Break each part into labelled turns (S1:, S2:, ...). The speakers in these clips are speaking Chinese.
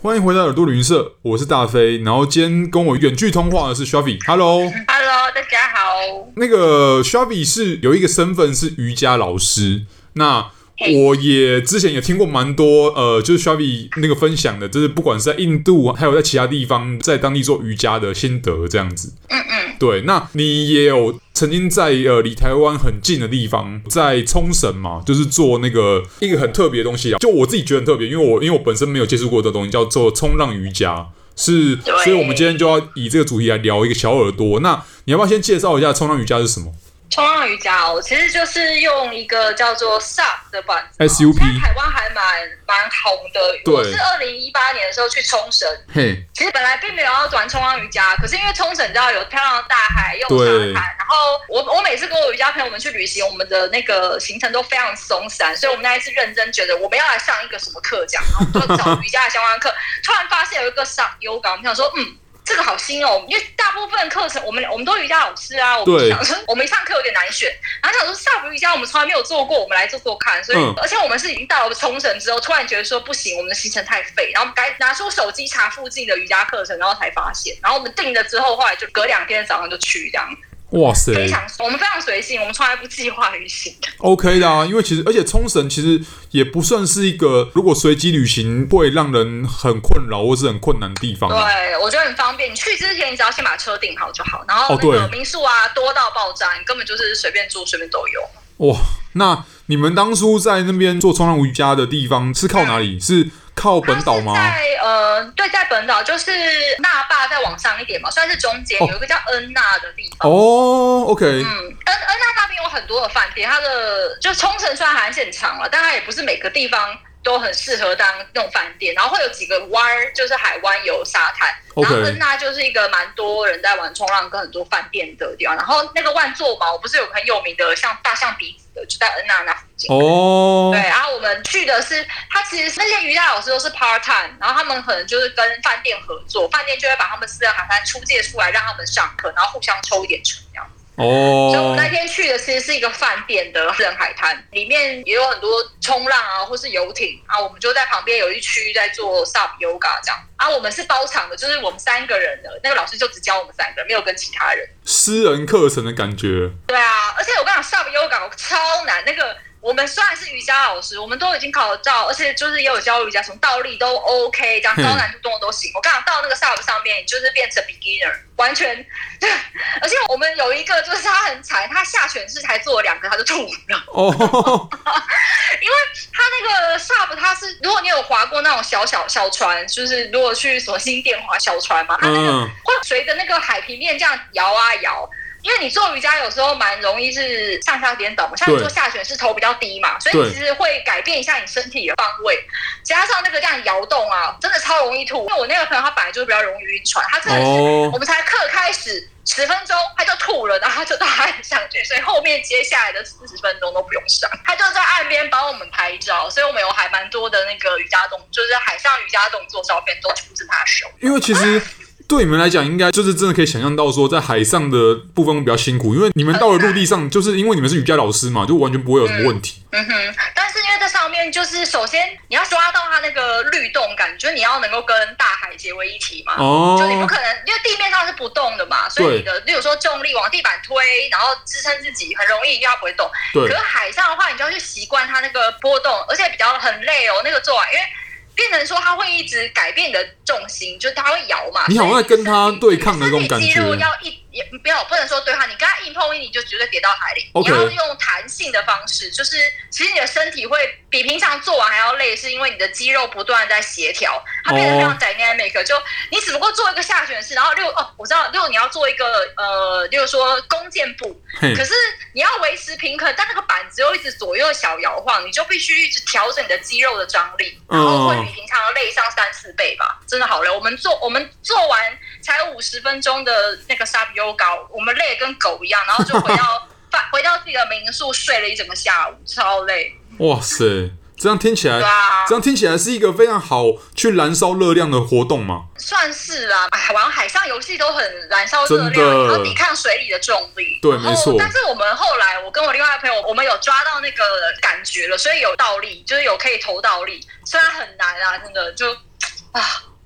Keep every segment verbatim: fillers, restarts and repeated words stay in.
S1: 欢迎回到耳朵旅行社，我是大飞。然后今天跟我远距通话的是 Shavi，Hello，Hello，
S2: 大家好。
S1: 那个 Shavi 是有一个身份是瑜伽老师，那我也之前也听过蛮多呃，就是 Shavi 那个分享的，就是不管是在印度还有在其他地方，在当地做瑜伽的心得这样子。
S2: 嗯嗯，
S1: 对，那你也有曾经在呃离台湾很近的地方，在冲绳嘛，就是做那个一个很特别的东西啊，就我自己觉得很特别，因为我因为我本身没有接触过的东西，叫做冲浪瑜伽。是，所以我们今天就要以这个主题来聊一个小耳朵。那你要不要先介绍一下冲浪瑜伽是什么？
S2: 冲浪瑜伽哦，其实就是用一个叫做 S U P 的板子
S1: ，S U P，
S2: 在台湾还蛮蛮红的。我是二零一八年的时候去冲绳，
S1: 嘿，
S2: 其实本来并没有要玩冲浪瑜伽，可是因为冲绳你知道有漂亮的大海，又有沙滩，然后我我每次跟我瑜伽朋友们去旅行，我们的那个行程都非常松散，所以我们那一次认真觉得我们要来上一个什么课讲，然后就找瑜伽的相关课，突然发现有一个上 yoga， 我们想说嗯。这个好新哦，因为大部分课程我们我们都瑜伽老师啊，我们想说我们一上课有点难选，然后想说 S U P 瑜伽我们从来没有做过，我们来做做看。所以、嗯、而且我们是已经到了冲绳之后，突然觉得说不行，我们的行程太废，然后我们该拿出手机查附近的瑜伽课程，然后才发现，然后我们定了之后，后来就隔两天早上就去这样。
S1: 哇塞，
S2: 非常我们非常随性，我们从来不计划旅行的。
S1: OK 的啊，因为其实而且冲绳其实也不算是一个如果随机旅行会让人很困扰或是很困难的地方、啊。
S2: 对，我觉得很方便。你去之前你只要先把车订好就好，然后那个民宿啊、哦、多到爆炸，你根本就是随便住随便都有。
S1: 哇，那你们当初在那边做冲浪瑜伽的地方是靠哪里？嗯、是靠本岛吗？
S2: 在呃，对，在本岛就是那霸再往上一点嘛，算是中间、哦、有一个叫恩纳的地方。
S1: 哦 ，OK，
S2: 嗯，恩恩纳那边有很多的饭店，它的就冲绳虽然海岸线很长了，但它也不是每个地方都很适合当那种饭店，然后会有几个湾，就是海湾有沙滩。
S1: Okay.
S2: 然后恩纳就是一个蛮多人在玩冲浪跟很多饭店的地方。然后那个万座毛不是有个很有名的像大象鼻子的，就在恩纳那附近。
S1: 哦、oh.
S2: 对，然后我们去的是，他其实那些瑜伽老师都是 part time， 然后他们可能就是跟饭店合作，饭店就会把他们私人海滩出借出来让他们上课，然后互相抽一点成这样。
S1: 哦、oh.
S2: 所以我们那天去的其实是一个饭店的私人海滩，里面也有很多冲浪啊，或是游艇啊，我们就在旁边有一区在做 S U P yoga 这样。啊，我们是包场的，就是我们三个人的，那个老师就只教我们三个人，没有跟其他人。
S1: 私人课程的感觉。
S2: 对啊，而且我跟你讲 S U P yoga 超难，那个。我们虽然是瑜伽老师，我们都已经考照，而且就是也有教瑜伽，从倒立都 OK， 这样高难度动作都行。我刚好到那个 S U P 上面，你就是变成 beginner， 完全，而且我们有一个就是他很惨，他下犬式才做了两个他就吐了。哦，因为他那个 S U P 他是，如果你有划过那种小小小船，就是如果去什么新店划小船嘛，他那个会随着那个海平面这样摇啊摇。因为你做瑜伽有时候蛮容易是上下颠倒嘛，像你做下犬式头比较低嘛，所以你其实会改变一下你身体的方位，加上那个这样摇动啊，真的超容易吐。因为我那个朋友他本来就比较容易晕船，他真的是、oh. 我们才课开始十分钟他就吐了，然后他就到岸上去，所以后面接下来的四十分钟都不用上。他就在岸边帮我们拍照，所以我们有还蛮多的那个瑜伽动，就是海上瑜伽动作照片都全部是他手。
S1: 因为其实。对你们来讲，应该就是真的可以想象到说，在海上的部分比较辛苦，因为你们到了陆地上，就是因为你们是瑜伽老师嘛，就完全不会有什么问题。
S2: 嗯, 嗯哼，但是因为在上面，就是首先你要抓到它那个律动感，就是你要能够跟大海结为一体嘛。哦。就你不可能，因为地面上是不动的嘛，所以你的，例如说重力往地板推，然后支撑自己，很容易，因为它不会动。对。可是海上的话，你就要去习惯它那个波动，而且比较很累哦，那个做完，因为。变成说它会一直改变你的重心，就是它会摇嘛。
S1: 你好像在跟它对抗的那种感觉。
S2: 肌肉要一也不要不能说对抗，你跟它硬碰硬，你就绝对跌到海里。Okay. 你要用弹性的方式，就是其实你的身体会比平常做完还要累，是因为你的肌肉不断在协调，它变得非常 dynamic、oh. 就你只不过做一个下犬式，然后六哦，我知道六你要做一个呃，例如说弓箭步，可是你要维持平衡，但那个板子又一直左右小摇晃，你就必须一直调整你的肌肉的张力，然后会比平常累上三四倍吧，真的好累。我们做我们做完才五十分钟的那个 S U P yoga， 我们累得跟狗一样，然后就回到回到自己的民宿睡了一整个下午，超累。
S1: 哇塞！这样听起来，啊、这样听起来是一个非常好去燃烧热量的活动吗？
S2: 算是啊，玩海上游戏都很燃烧热量，然后抵抗水里的重力。
S1: 对，没错。
S2: 但是我们后来，我跟我另外的朋友，我们有抓到那个感觉了，所以有倒立，就是有可以投倒立，虽然很难啊，真的就啊。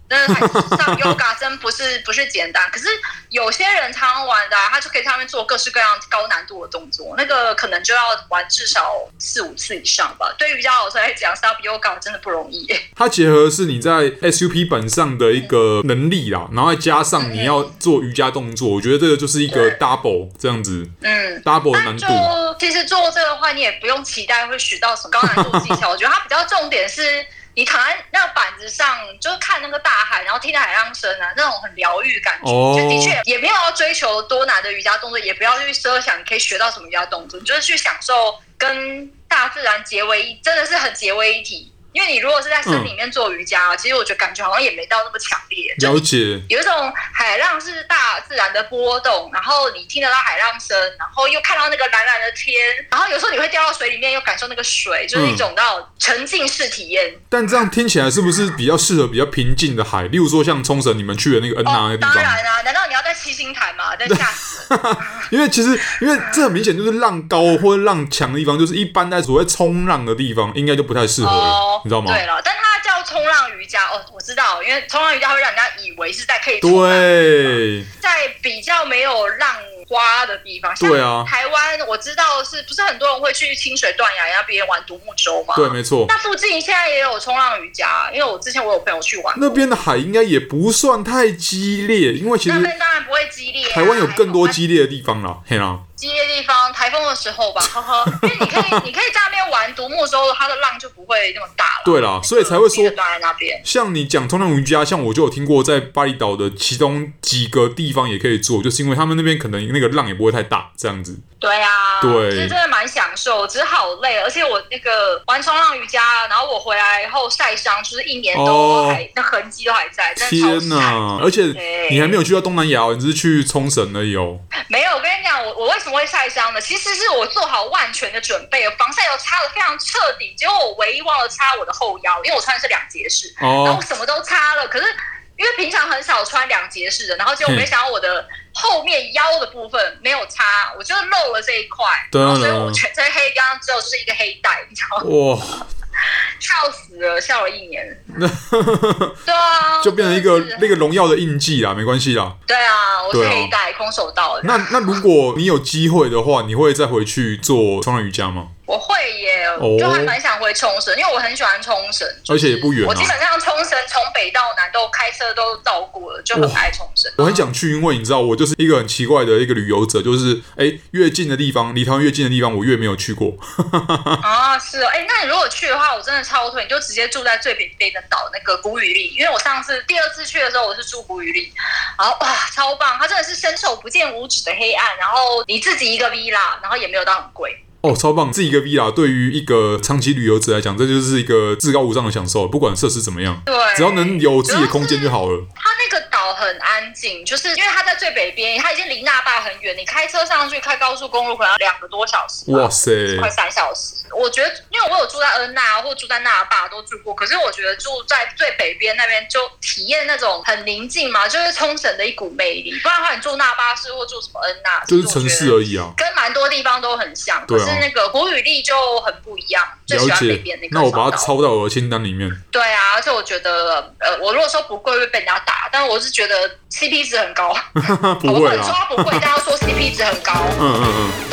S2: 真的太上 yoga 真不是不是简单，可是有些人常常玩的、啊，他就可以在上面做各式各样高难度的动作，那个可能就要玩至少四五次以上吧。对于瑜伽老师来讲 ，sub yoga 真的不容易。
S1: 它结合是你在 S U P 本上的一个能力啦，然后再加上你要做瑜伽动作，我觉得这个就是一个 double 这样子，嗯 ，double 的难度。
S2: 其实做这个的话，你也不用期待会学到什么高难度技巧，我觉得它比较重点是。你躺在那个板子上，就是看那个大海，然后听着海浪声啊，那种很疗愈感觉。Oh. 就的确也没有要追求多难的瑜伽动作，也不要去设想你可以学到什么瑜伽动作，你就是去享受跟大自然结为一，真的是很结为一体。因为你如果是在森林里面做瑜伽、嗯，其实我觉得感觉好像也没到那么强烈。
S1: 了解，
S2: 有一种海浪是大自然的波动，然后你听得到海浪声，然后又看到那个蓝蓝的天，然后有时候你会掉到水里面，又感受那个水，就是一种那种沉浸式体验、嗯。
S1: 但这样听起来是不是比较适合比较平静的海？例如说像冲绳你们去的那个恩纳那个地方。
S2: 哦、当然啊，难道你要在七星潭吗？在吓死！
S1: 因为其实因为这很明显就是浪高或者浪强的地方，就是一般在所谓冲浪的地方，应该就不太适合、哦，你知道吗？
S2: 对了，但它叫冲浪瑜伽哦，我知道，因为冲浪瑜伽会让人家以为是在可以冲浪，
S1: 对，
S2: 在比较没有浪花的地方，像台湾我知道是不是很多人会去清水断崖那边玩独木舟嘛？
S1: 对，没错。
S2: 那附近现在也有冲浪瑜伽，因为我之前我有朋友去玩，
S1: 那边的海应该也不算太激烈，因为其实
S2: 那边当然不会激烈、啊，
S1: 台湾有更多激烈的地方啦，嘿啦。
S2: 激烈地方，台风的时候吧，呵呵，因为你可以，你可以在那边玩独木舟，它的浪就不会那么大了。
S1: 对啦，所以才会说，
S2: 那边
S1: 像你讲冲浪瑜伽，像我就有听过，在巴厘岛的其中几个地方也可以做，就是因为他们那边可能那个浪也不会太大，这样子。
S2: 对啊，
S1: 对，
S2: 其实真的蛮享受，只是好累，而且我那个玩冲浪瑜伽，然后我回来后晒伤，就是一年都还、哦、那痕迹都还在，真的超
S1: 天哪！而且你还没有去到东南亚，你只是去冲绳而已哦。
S2: 没有，我跟你讲，我我为什么会晒伤呢？其实是我做好万全的准备，防晒油擦得非常彻底，结果我唯一忘了擦我的后腰，因为我穿的是两节式，哦、然后我什么都擦了，可是因为平常很少穿两节式的，然后结果没想到我的后面腰的部分没有擦，我就漏了这一块，然后所以我全身黑，刚刚只有就是一个黑带，你知道吗？哇！笑死了，笑了一年。对啊，
S1: 就变成一个那个荣耀的印记啦，没关系啦。
S2: 对啊，我是黑带、啊、空手道的。
S1: 那那如果你有机会的话，你会再回去做冲浪瑜伽吗？
S2: 我会耶，我就还蛮想回冲绳，因为我很喜欢冲绳，
S1: 而且也不远、啊。
S2: 我基本上冲绳从北到南都开车都到过了，就很爱冲绳。
S1: 我很想去，因为你知道，我就是一个很奇怪的一个旅游者，就是哎，越近的地方，离台湾越近的地方，我越没有去过。
S2: 啊，是哦，哎，那你如果去的话，我真的超推，你就直接住在最北边的岛那个古宇利，因为我上次第二次去的时候，我是住古宇利，然后哇，超棒，它真的是伸手不见五指的黑暗，然后你自己一个 villa， 然后也没有到很贵。
S1: 哦，超棒！自己一个 villa 对于一个长期旅游者来讲，这就是一个至高无上的享受。不管设施怎么样，
S2: 对，
S1: 只要能有自己的空间就好了。
S2: 它那个岛很安静，就是因为它在最北边，它已经离那霸很远，你开车上去，开高速公路可能要两个多小时。哇塞，快三小时。我觉得，因为我有住在恩纳或住在那霸都住过，可是我觉得住在最北边那边就体验那种很宁静嘛，就是冲绳的一股魅力。不然的话，你住那霸市或住什么恩纳，
S1: 就是城市而已啊，
S2: 跟蛮多地方都很像。
S1: 对啊。
S2: 可是那个古宇利就很不一样，最喜欢北边那个。
S1: 那我把它抄到我的清单里面。
S2: 对啊，而且我觉得，呃，我如果说不贵会被人家打，但我是觉得 C P 值很高。
S1: 不会啊，
S2: 我不能说它不贵，但要说 C P 值很高。
S1: 嗯嗯嗯。